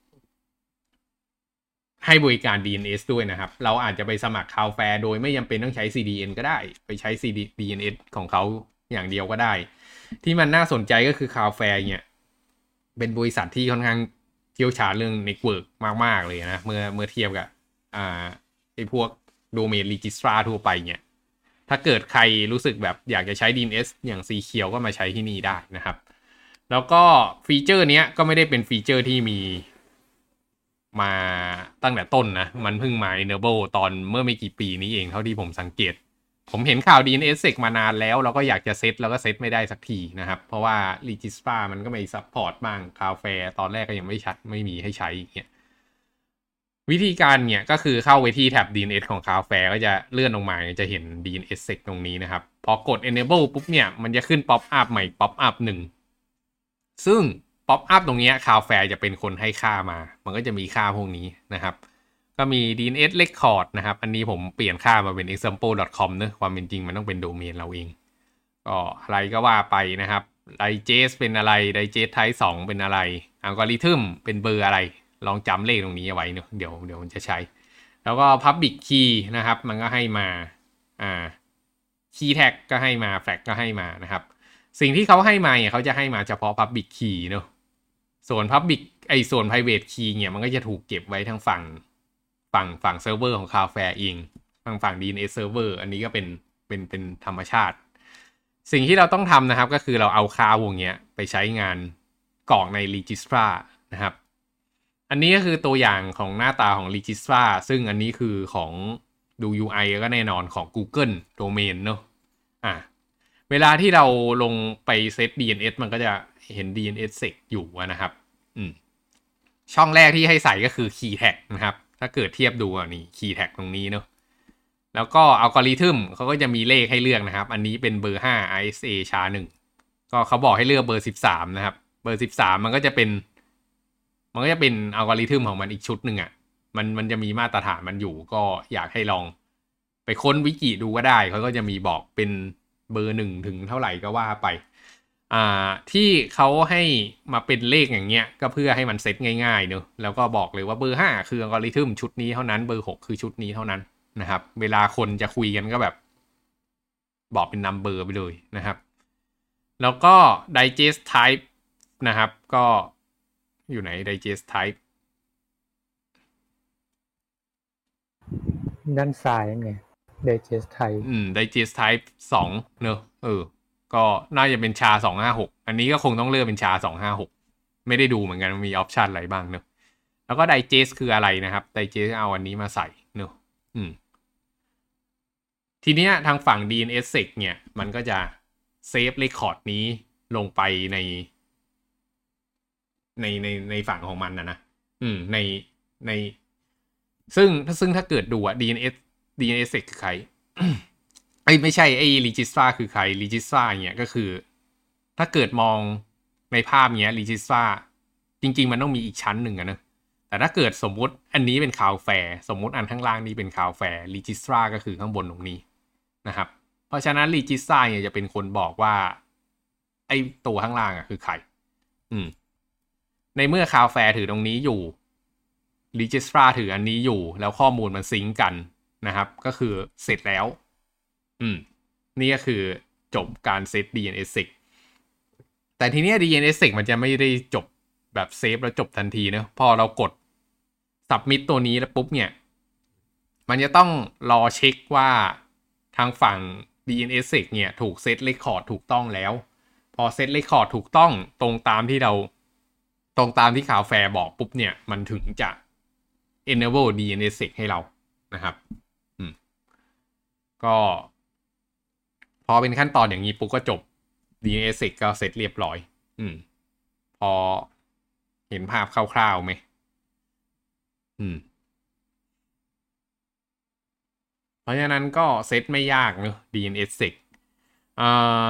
A: ให้บริการ ดี เอ็น เอส ด้วยนะครับเราอาจจะไปสมัคร Cloudflare โดยไม่จำเป็นต้องใช้ ซี ดี เอ็น ก็ได้ไปใช้ ซี ดี ดี เอ็น เอส ของเขาอย่างเดียวก็ได้ที่มันน่าสนใจก็คือ Cloudflare เนี่ยเป็นบริษัทที่ค่อนข้างเชี่ยวชาญเรื่อง Network มากๆเลยนะเมื่อเมื่อเทียบกับอ่าไอ้พวก Domain Registrar ทั่วไปเนี่ยถ้าเกิดใครรู้สึกแบบอยากจะใช้ ดี เอ็น เอส อย่าง สีเขียวก็มาใช้ที่นี่ได้นะครับแล้วก็ฟีเจอร์เนี้ยก็ไม่ได้เป็นฟีเจอร์ที่มีมาตั้งแต่ต้นนะมันเพิ่งมา enable ตอนเมื่อไม่กี่ปีนี้เองเท่าที่ผมสังเกตผมเห็นข่าว ดี เอ็น เอส มานานแล้วเราก็อยากจะเซตแล้วก็เซตไม่ได้สักทีนะครับเพราะว่า Registrar มันก็ไม่ซัพพอร์ตบ้าง Cloudflare ตอนแรกก็ยังไม่ชัดไม่มีให้ใช้อย่างเงี้ยวิธีการเนี่ยก็คือเข้าไปที่แท็บ ดี เอ็น เอส ของ Cloudflare ก็จะเลื่อนลงมาจะเห็น ดี เอ็น เอส ตรงนี้นะครับพอกด enable ปุ๊บเนี่ยมันจะขึ้น pop up ใหม่ pop up หนึ่งซึ่ง pop up ตรงนี้ Cloudflare จะเป็นคนให้ค่ามามันก็จะมีค่าพวกนี้นะครับก็มี ดี เอ็น เอส record นะครับอันนี้ผมเปลี่ยนค่ามาเป็น example ดอท คอม เนอะความเป็นจริงมันต้องเป็นโดเมนเราเองก็อะไรก็ว่าไปนะครับ digest เป็นอะไร digest type สองเป็นอะไร algorithm เป็นเบอร์อะไรลองจำเลขตรงนี้เอาไว้เนอะเดี๋ยวเดี๋ยวมันจะใช้แล้วก็ public key นะครับมันก็ให้มาอ่า key tag ก็ให้มา flag ก็ให้มานะครับสิ่งที่เขาให้มาเนี่ยเขาจะให้มาเฉพาะ public key เนอะส่วน public ไอ้ส่วน private key เนี่ยมันก็จะถูกเก็บไว้ทางฝั่งฝั่งฝั่งเซิร์ฟเวอร์ของ Cloudflare เองทางฝั่ง ดี เอ็น เอส server อันนี้ก็เป็นเป็นเป็นธรรมชาติสิ่งที่เราต้องทำนะครับก็คือเราเอาค่าวงเนี้ยไปใช้งานกรอกใน Registra นะครับอันนี้ก็คือตัวอย่างของหน้าตาของ Registra ซึ่งอันนี้คือของดู ยู ไอ ก็แน่นอนของ Google Domain เนอะอ่ะเวลาที่เราลงไปเซต ดี เอ็น เอส มันก็จะเห็น ดี เอ็น เอส sec อยู่นะครับอืมช่องแรกที่ให้ใส่ก็คือ key tag นะครับถ้าเกิดเทียบดูอ่ะนี่ key tag ตรงนี้เนอะแล้วก็อัลกอริทึมเขาก็จะมีเลขให้เลือกนะครับอันนี้เป็นเบอร์ห้า ไอ เอส เอ ชาหนึ่งก็เขาบอกให้เลือกเบอร์สิบสามนะครับเบอร์สิบสามมันก็จะเป็นมันก็จะเป็นอัลกอริทึมของมันอีกชุดหนึ่งอ่ะมันมันจะมีมาตรฐานมันอยู่ก็อยากให้ลองไปค้นวิกิดูก็ได้เขาก็จะมีบอกเป็นเบอร์หนึ่งถึงเท่าไหร่ก็ว่าไปอ่าที่เขาให้มาเป็นเลขอย่างเงี้ยก็เพื่อให้มันเซตง่ายๆเนอะแล้วก็บอกเลยว่าเบอร์ห้าคืออัลกอริทึมชุดนี้เท่านั้นเบอร์หกคือชุดนี้เท่านั้นนะครับเวลาคนจะคุยกันก็แบบบอกเป็น number ไปเลยนะครับแล้วก็ digest type นะครับก็อยู่ไหน digest type
D: ด้านซ้ายไง digest type
A: อืม digest type สองเนอะเออก็น่าจะเป็นชาสองห้าหกอันนี้ก็คงต้องเลือกเป็นชาสองห้าหกไม่ได้ดูเหมือนกันมีออปชันอะไรบ้างเนอะแล้วก็ digest คืออะไรนะครับ digest เอาอันนี้มาใส่เนอะอืมทีเนี้ยทางฝั่ง ดี เอ็น เอส sec เนี่ยมันก็จะเซฟเรคคอร์ดนี้ลงไปในในในในฝั่งของมันนะนะอืมในในซึ่งซึ่งถ้าเกิดดูอะ ดี เอ็น เอส ดี เอ็น เอส sec คือใคร ไอ้ไม่ใช่ไอ้ Registra คือใคร Registra เนี่ยก็คือถ้าเกิดมองในภาพเนี้ย Registra จริงๆมันต้องมีอีกชั้นหนึ่งอะนะแต่ถ้าเกิดสมมุติอันนี้เป็น Cloudflare สมมุติอันข้างล่างนี้เป็น Cloudflare Registra ก็คือข้างบนตรงนี้นะครับเพราะฉะนั้น Registra เนี่ยจะเป็นคนบอกว่าไอ้ตัวข้างล่างอะคือใครอืมในเมื่อ Cloudflare ถือตรงนี้อยู่ Registra ถืออันนี้อยู่แล้วข้อมูลมันซิงก์กันนะครับก็คือเสร็จแล้วอืมนี่ก็คือจบการเซต ดี เอ็น เอส sec แต่ทีนี้ ดี เอ็น เอส sec มันจะไม่ได้จบแบบเซฟแล้วจบทันทีนะพอเรากด submit ตัวนี้แล้วปุ๊บเนี่ยมันจะต้องรอเช็คว่าทางฝั่ง ดี เอ็น เอส sec เนี่ยถูกเซตเรคคอร์ดถูกต้องแล้วพอเซตเรคคอร์ดถูกต้องตรงตามที่เราตรงตามที่ Cloudflare บอกปุ๊บเนี่ยมันถึงจะ enable ดี เอ็น เอส sec ให้เรานะครับอืมก็พอเป็นขั้นตอนอย่างนี้ปุ๊บก็จบ ดี เอ็น เอส sec ก็เสร็จเรียบร้อยอืมพอเห็นภาพคร่าวๆไหมอืมเพราะฉะนั้นก็เซตไม่ยากเนอะ ดี เอ็น เอส sec อ่า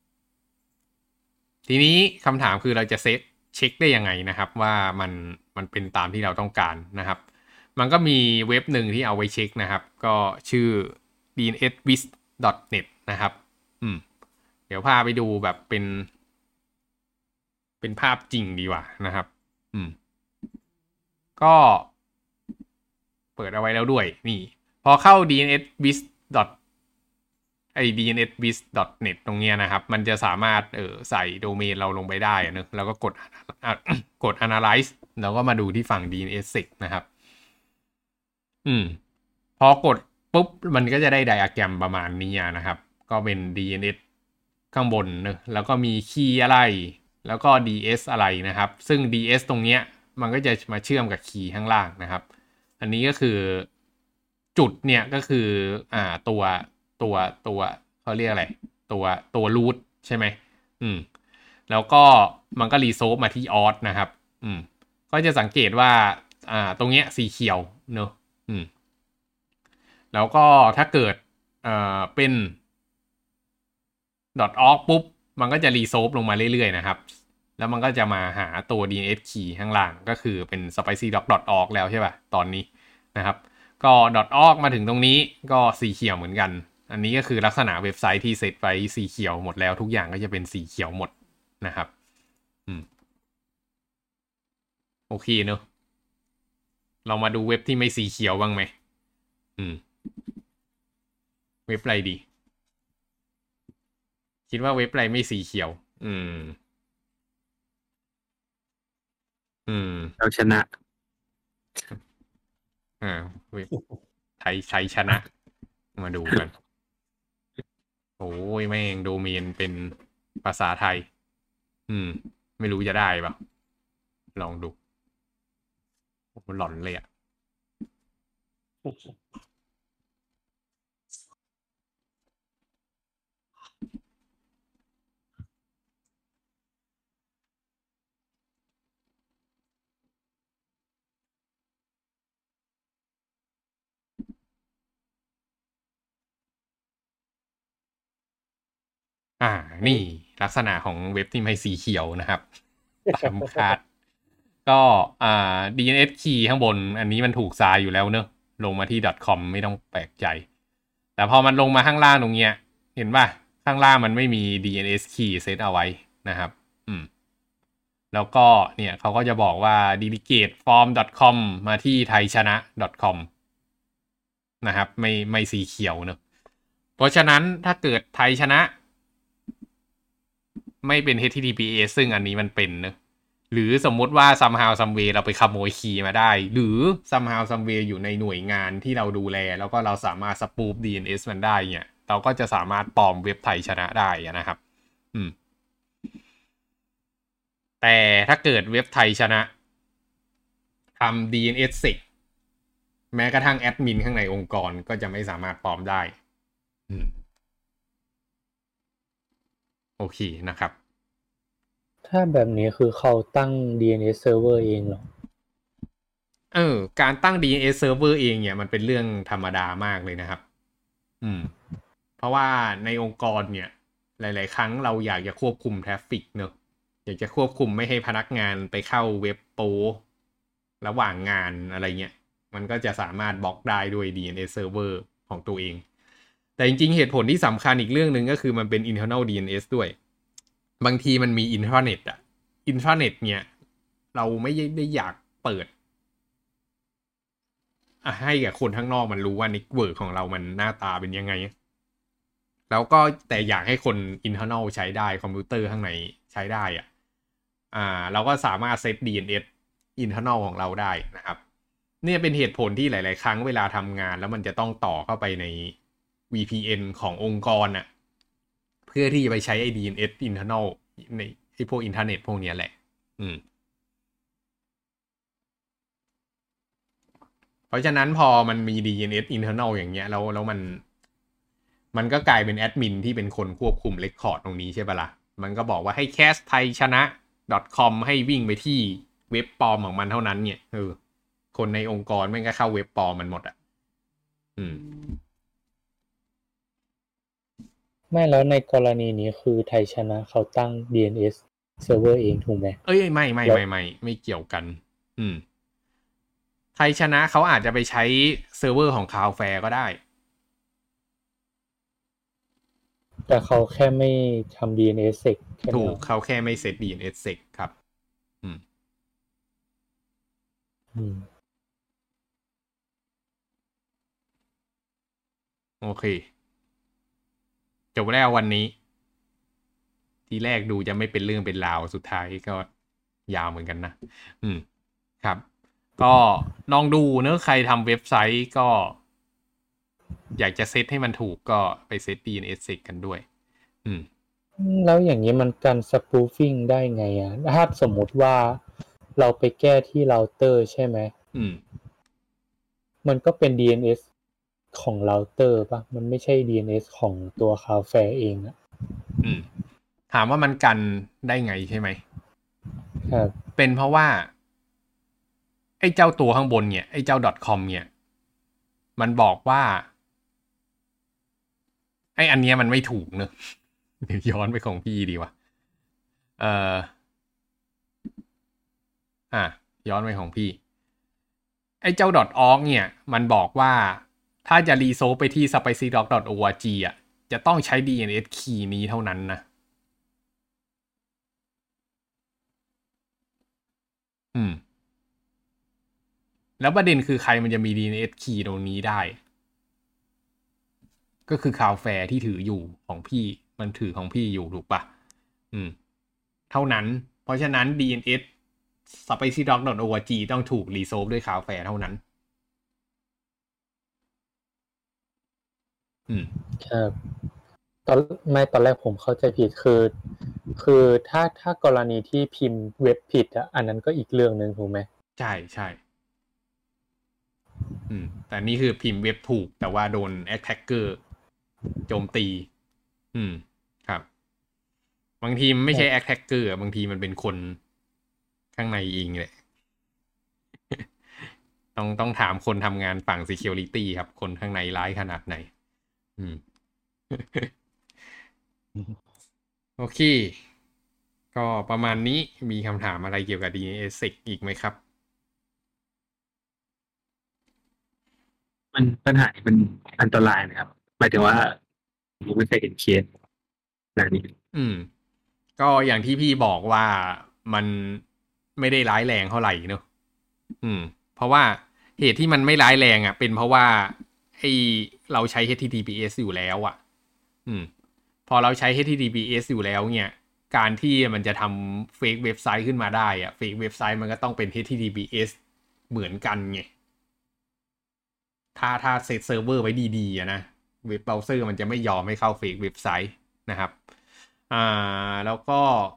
A: ทีนี้คำถามคือเราจะเซตเช็คได้ยังไงนะครับว่ามันมันเป็นตามที่เราต้องการนะครับมันก็มีเว็บหนึ่งที่เอาไว้เช็คนะครับก็ชื่อ ดี เอ็น เอส วิส ดอท เน็ต นะครับอืมเดี๋ยวพาไปดูแบบเป็นเป็นภาพจริงดีกว่านะครับอืมก็เปิดเอาไว้แล้วด้วยนี่พอเข้า ดี เอ็น เอส วิส ไอ้ ดี เอ็น เอส วิส ดอท เน็ต ตรงเนี้ยนะครับมันจะสามารถเออใส่โดเมนเราลงไปได้นะแล้วก็กดกด analyze แล้วก็มาดูที่ฝั่ง ดี เอ็น เอส sec นะครับอืมพอกดปุ๊บมันก็จะได้ไดอะแกรมประมาณนี้นะครับก็เป็น ดี เอ็น เอส ข้างบนนะแล้วก็มีคีย์อะไรแล้วก็ ดี เอส อะไรนะครับซึ่ง ดี เอส ตรงเนี้ยมันก็จะมาเชื่อมกับคีย์ข้างล่างนะครับอันนี้ก็คือจุดเนี่ยก็คืออ่าตัวตัวตัวเขาเรียกอะไรตัวตัวรูทใช่ไหมอืมแล้วก็มันก็รีโซฟมาที่ออสนะครับอืมก็จะสังเกตว่าอ่าตรงเนี้ยสีเขียวเนอะอืมแล้วก็ถ้าเกิดเอ่อเป็น .org ปุ๊บมันก็จะรีโซฟลงมาเรื่อยๆนะครับแล้วมันก็จะมาหาตัว ดี เอ็น เอส key ข้างล่างก็คือเป็น spicydoc.org แล้วใช่ป่ะตอนนี้นะครับก็ .org มาถึงตรงนี้ก็สีเขียวเหมือนกันอันนี้ก็คือลักษณะเว็บไซต์ที่เซตไว้สีเขียวหมดแล้วทุกอย่างก็จะเป็นสีเขียวหมดนะครับอืมโอเคเนอะเรามาดูเว็บที่ไม่สีเขียวบ้างไหมอืมเว็บอะไรดีคิดว่าเว็บอะไรไม่สีเขียวอืมอืม
C: เราชนะ
A: อ่าเว็บไทยไทยชนะมาดูกันโอ้ยแม่งโดเมนเป็นภาษาไทยอืมไม่รู้จะได้ป่ะลองดูโอ้หลอนเลยอ่ะอ่านี่ลักษณะของเว็บที่ไม่สีเขียวนะครับตามคาดก็อ่า ดี เอ็น เอส key ข้างบนอันนี้มันถูกทรายอยู่แล้วเนอะลงมาที่ .com ไม่ต้องแปลกใจแต่พอมันลงมาข้างล่างตรงเนี้ยเห็นป่ะข้างล่างมันไม่มี ดี เอ็น เอส key เซตเอาไว้นะครับอืมแล้วก็เนี่ยเขาก็จะบอกว่า delegate from .com มาที่ thaichana .com นะครับไม่ไม่สีเขียวเนอะเพราะฉะนั้นถ้าเกิดไทยชนะไม่เป็น เอช ที ที พี เอส ซึ่งอันนี้มันเป็นเนอะหรือสมมุติว่า somehow some way เราไปขโมยคีย์มาได้หรือ somehow some way อยู่ในหน่วยงานที่เราดูแลแล้วก็เราสามารถ spoof ดี เอ็น เอส มันได้เนี่ยเราก็จะสามารถปลอมเว็บไทยชนะได้นะครับอืมแต่ถ้าเกิดเว็บไทยชนะทำ ดี เอ็น เอส เสร็จแม้กระทั่งแอดมินข้างในองค์กรก็จะไม่สามารถปลอมได้อืมโอเคนะครับ
D: ถ้าแบบนี้คือเขาตั้ง ดี เอ็น เอส server เองเหรอ
A: เออการตั้ง ดี เอ็น เอส server เองเนี่ยมันเป็นเรื่องธรรมดามากเลยนะครับอืมเพราะว่าในองค์กรเนี่ยหลายๆครั้งเราอยากจะควบคุมทราฟฟิกเนอะอยากจะควบคุมไม่ให้พนักงานไปเข้าเว็บโประหว่างงานอะไรเงี้ยมันก็จะสามารถบล็อกได้ด้วย ดี เอ็น เอส server ของตัวเองแต่จริงๆเหตุผลที่สำคัญอีกเรื่องหนึ่งก็คือมันเป็น internal ดี เอ็น เอส ด้วยบางทีมันมี intranet อะ intranet เนี่ยเราไม่ได้อยากเปิดให้กับคนข้างนอกมันรู้ว่า network ของเรามันหน้าตาเป็นยังไงแล้วก็แต่อยากให้คน internal ใช้ได้คอมพิวเตอร์ข้างในใช้ได้อ่ะอ่าเราก็สามารถเซต ดี เอ็น เอส internal ของเราได้นะครับเนี่ยเป็นเหตุผลที่หลายๆครั้งเวลาทำงานแล้วมันจะต้องต่อเข้าไปใน วี พี เอ็น ขององค์กรน่ะเพื่อที่จะไปใช้ไอ้ ดี เอ็น เอส internal ในไอ้พวกอินเทอร์เน็ตพวกนี้แหละอืมเพราะฉะนั้นพอมันมี ดี เอ็น เอส internal อย่างเงี้ยแล้วแล้วมันมันก็กลายเป็นแอดมินที่เป็นคนควบคุมเรคคอร์ดตรงนี้ใช่ปะล่ะมันก็บอกว่าให้แคสไทยชนะ .com ให้วิ่งไปที่เว็บปลอมของมันเท่านั้นเนี่ยเออคนในองค์กรมันก็เข้าเว็บปลอมมันหมดอ่ะอืม
D: ไม่แล้วในกรณีนี้คือไทยชนะเขาตั้ง ดี เอ็น เอส server เองถูกไหม
A: เอ้ยไม่ไม่ไม่ไม่ไม่เกี่ยวกันอืมไทยชนะเขาอาจจะไปใช้เซิร์ฟเวอร์ของ Cloudflare ก็ได้
D: แต่เขาแค่ไม่ทำ ดี เอ็น เอส เสร็จ
A: ถูกเขาแค่ไม่เซต ดี เอ็น เอส เสร็จครับอืม
D: อืม
A: โอเคจบแล้ววันนี้ทีแรกดูจะไม่เป็นเรื่องเป็นราวสุดท้ายก็ยาวเหมือนกันนะอืมครับก็ลองดูเนอะใครทำเว็บไซต์ก็อยากจะเซตให้มันถูกก็ไปเซต ดี เอ็น เอส เสร็จกันด้วยอืม
D: แล้วอย่างนี้มันกัน spoofing ได้ไงอ่ะถ้าสมมุติว่าเราไปแก้ที่เราเตอร์ใช่ไหม
A: อืม
D: มันก็เป็น ดี เอ็น เอส ของเราเตอร์ป่ะมันไม่ใช่ ดี เอ็น เอส ของตัว Cloudflare เองอ่ะ
A: อืมถามว่ามันกันได้ไงใช่ไหม
D: ครับ
A: เป็นเพราะว่าไอ้เจ้าตัวข้างบนเนี่ยไอ้เจ้า .com เนี่ยมันบอกว่าไอ้อันเนี้ยมันไม่ถูกเนอะย้อนไปของพี่ดีวะเอ่ออ่ะย้อนไปของพี่ไอ้เจ้า .org เนี่ยมันบอกว่าถ้าจะรีโซฟไปที่ spicydoc dot org อ่ะจะต้องใช้ ดี เอ็น เอส key นี้เท่านั้นนะอืมแล้วประเด็นคือใครมันจะมี ดี เอ็น เอส key ตรงนี้ได้ก็คือ Cloudflare ที่ถืออยู่ของพี่มันถือของพี่อยู่ถูกปะอืมเท่านั้นเพราะฉะนั้น ดี เอ็น เอส spicydoc ดอท โอ อาร์ จี ต้องถูกรีโซฟด้วย Cloudflare เท่านั้นอืม
D: ครับตอนไม่ตอนแรกผมเข้าใจผิดคือคือถ้าถ้ากรณีที่พิมพ์เว็บผิดอ่ะอันนั้นก็อีกเรื่องนึงถูกไหม
A: ใช่ใช่อืมแต่นี่คือพิมพ์เว็บถูกแต่ว่าโดน attacker โจมตีอืมครับบางทีมันไม่ใช่ attacker บางทีมันเป็นคนข้างในเองแหละต้องต้องถามคนทำงานฝั่ง security ครับคนข้างในร้ายขนาดไหนอืม โอเคก็ประมาณนี้มีคำถามอะไรเกี่ยวกับ ดี เอ็น เอส อีกไหมครับ
C: มันปัญหามันอันตรายนะครับหมายถึงว่าผมไม่เคยเห็นเคสแบบนี้
A: อืมก็อย่างที่พี่บอกว่ามันไม่ได้ร้ายแรงเท่าไหร่เนอะอืมเพราะว่าเหตุที่มันไม่ร้ายแรงอ่ะเป็นเพราะว่าไอเราใช้ เอช ที ที พี เอส อยู่แล้วอ่ะอืมพอเราใช้ เอช ที ที พี เอส อยู่แล้วเนี่ยการที่มันจะทำเฟกเว็บไซต์ขึ้นมาได้อ่ะเฟกเว็บไซต์มันก็ต้องเป็น เอช ที ที พี เอส เหมือนกันไงถ้าถ้าเซตเซิร์ฟเวอร์ไว้ดีๆนะเว็บเบราว์เซอร์มันจะไม่ยอมให้เข้าเฟกเว็บไซต์นะครับอ่าแล้วก็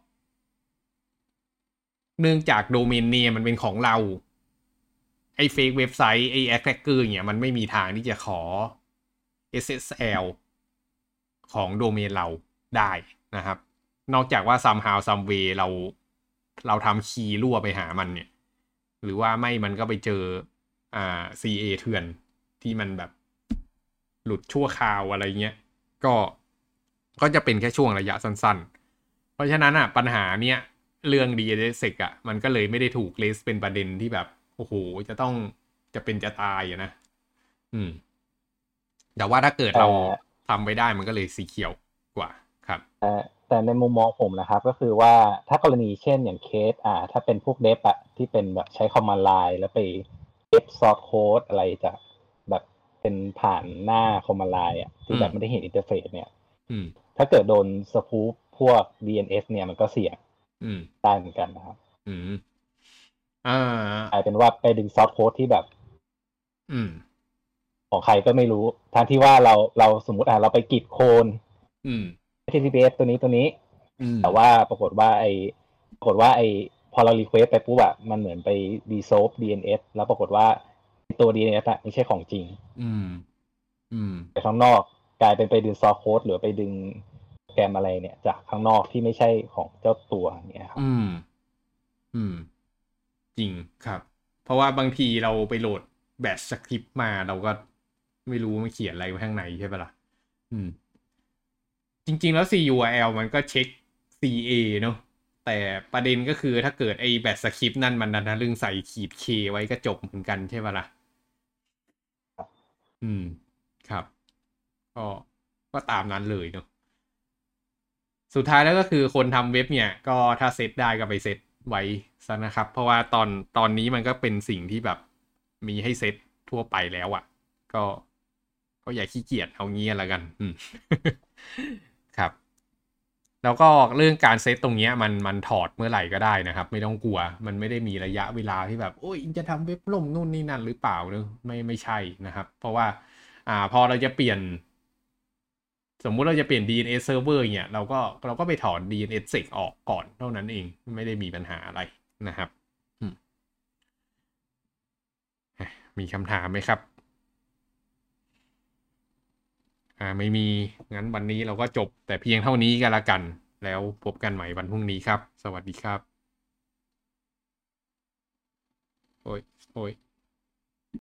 A: เนื่องจากโดเมนเนมมันเป็นของเราไอ้เฟกเว็บไซต์ไอ้แอคแท็กเกอร์เนี่ยมันไม่มีทางที่จะขอ เอส เอส แอล ของโดเมนเราได้นะครับนอกจากว่า somehow some way เราเราทำคีย์รั่วไปหามันเนี่ยหรือว่าไม่มันก็ไปเจออ่า ซี เอ เถื่อนที่มันแบบหลุดชั่วคราวอะไรเงี้ยก็ก็จะเป็นแค่ช่วงระยะสั้นๆเพราะฉะนั้นอ่ะปัญหาเนี้ยเรื่อง ดี เอ็น เอส อ่ะมันก็เลยไม่ได้ถูกเลสเป็นประเด็นที่แบบโอ้โหจะต้องจะเป็นจะตายอ่ะนะอืมแต่ว่าถ้าเกิดเราทำไปได้มันก็เลยสีเขียวกว่าครับ
E: แต่แต่ในมุมมองผมนะครับก็คือว่าถ้ากรณีเช่นอย่างเคสอ่าถ้าเป็นพวกเดฟอะที่เป็นแบบใช้คอมมานด์ไลน์แล้วไปเก็บซอร์สโค้ดอะไรจากแบบเป็นผ่านหน้าคอมมานด์ไลน์อะที่แบบไม่ได้เห็นอินเทอร์เฟซเนี่ยถ้าเกิดโดนสปูฟพวก ดี เอ็น เอส เนี่ยมันก็เสี่ยงได้เหมือนกันนะครับ
A: อืมอ่าก
E: ลายเป็นว่าไปดึงซอร์สโค้ดที่แบบ
A: อืม
E: ของใครก็ไม่รู้ทั้งที่ว่าเราเราสมมติอ่ะเราไปกรีดโคน
A: อืม
E: เอช ที ที พี เอส ตัวนี้ตัวนี้แต่ว่าปรากฏว่าไอปรากฏว่าไอพอเรารีเควสไปปุ๊บอะมันเหมือนไปดีโซฟ ดี เอ็น เอส แล้วปรากฏว่าตัว ดี เอ็น เอส อะไม่ใช่ของจริง
A: อืมอืม
E: แต่ข้างนอกกลายเป็นไปดึงซอร์สโค้ดหรือไปดึงโปรแกรมอะไรเนี่ยจากข้างนอกที่ไม่ใช่ของเจ้าตัวเนี่ยครับ
A: อืมอืมจริงครับเพราะว่าบางทีเราไปโหลดแบทสคริปต์มาเราก็ไม่รู้มันเขียนอะไรไว้ข้างในใช่ปะล่ะอืมจริงๆแล้ว ซี ยู อาร์ แอล มันก็เช็ค ซี เอ เนอะแต่ประเด็นก็คือถ้าเกิดไอ้แบทสคริปต์นั่นมันดันทะลึ่งใส่ขีด K ไว้ก็จบเหมือนกันใช่ปะล่ะอืมครับก็ก็ตามนั้นเลยเนอะสุดท้ายแล้วก็คือคนทำเว็บเนี่ยก็ถ้าเซตได้ก็ไปเซตไว้ซะนะครับเพราะว่าตอนตอนนี้มันก็เป็นสิ่งที่แบบมีให้เซตทั่วไปแล้วอะ่ะก็ก็อย่าขี้เกียจเอางี้ละกันอืม ครับแล้วก็เรื่องการเซตตรงนี้มันมันถอดเมื่อไหร่ก็ได้นะครับไม่ต้องกลัวมันไม่ได้มีระยะเวลาที่แบบโอ้ยจะทำเว็บล่มนู่นนี่นั่นหรือเปล่าเนอะไม่ไม่ใช่นะครับ เพราะว่าอ่าพอเราจะเปลี่ยนสมมุติเราจะเปลี่ยน ดี เอ็น เอส server เนี่ยเราก็เราก็ไปถอน ดี เอ็น เอส sec ออกก่อนเท่านั้นเองไม่ได้มีปัญหาอะไรนะครับมีคำถามไหมครับอ่าไม่มีงั้นวันนี้เราก็จบแต่เพียงเท่านี้กันละกันแล้วพบกันใหม่วันพรุ่งนี้ครับสวัสดีครับโอ้ยโอ้ย